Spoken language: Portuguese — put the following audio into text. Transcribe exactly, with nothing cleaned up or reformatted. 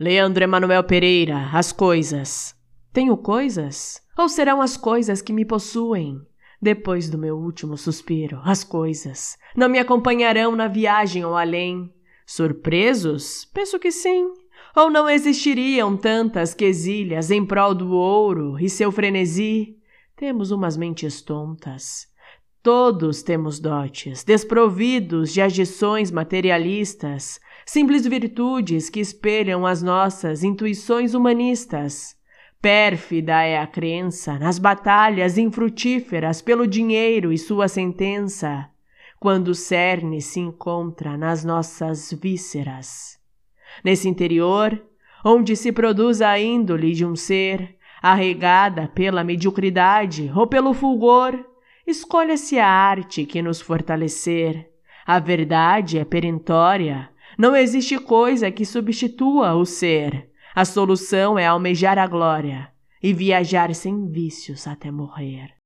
Leandro Emanuel Pereira, as coisas. Tenho coisas? Ou serão as coisas que me possuem? Depois do meu último suspiro, as coisas não me acompanharão na viagem ao além. Surpresos? Penso que sim. Ou não existiriam tantas quesilhas em prol do ouro e seu frenesi? Temos umas mentes tontas. Todos temos dotes, desprovidos de agições materialistas, simples virtudes que espelham as nossas intuições humanistas. Pérfida é a crença nas batalhas infrutíferas pelo dinheiro e sua sentença, quando o cerne se encontra nas nossas vísceras. Nesse interior, onde se produz a índole de um ser, arregada pela mediocridade ou pelo fulgor, escolha-se a arte que nos fortalecer. A verdade é perentória. Não existe coisa que substitua o ser. A solução é almejar a glória e viajar sem vícios até morrer.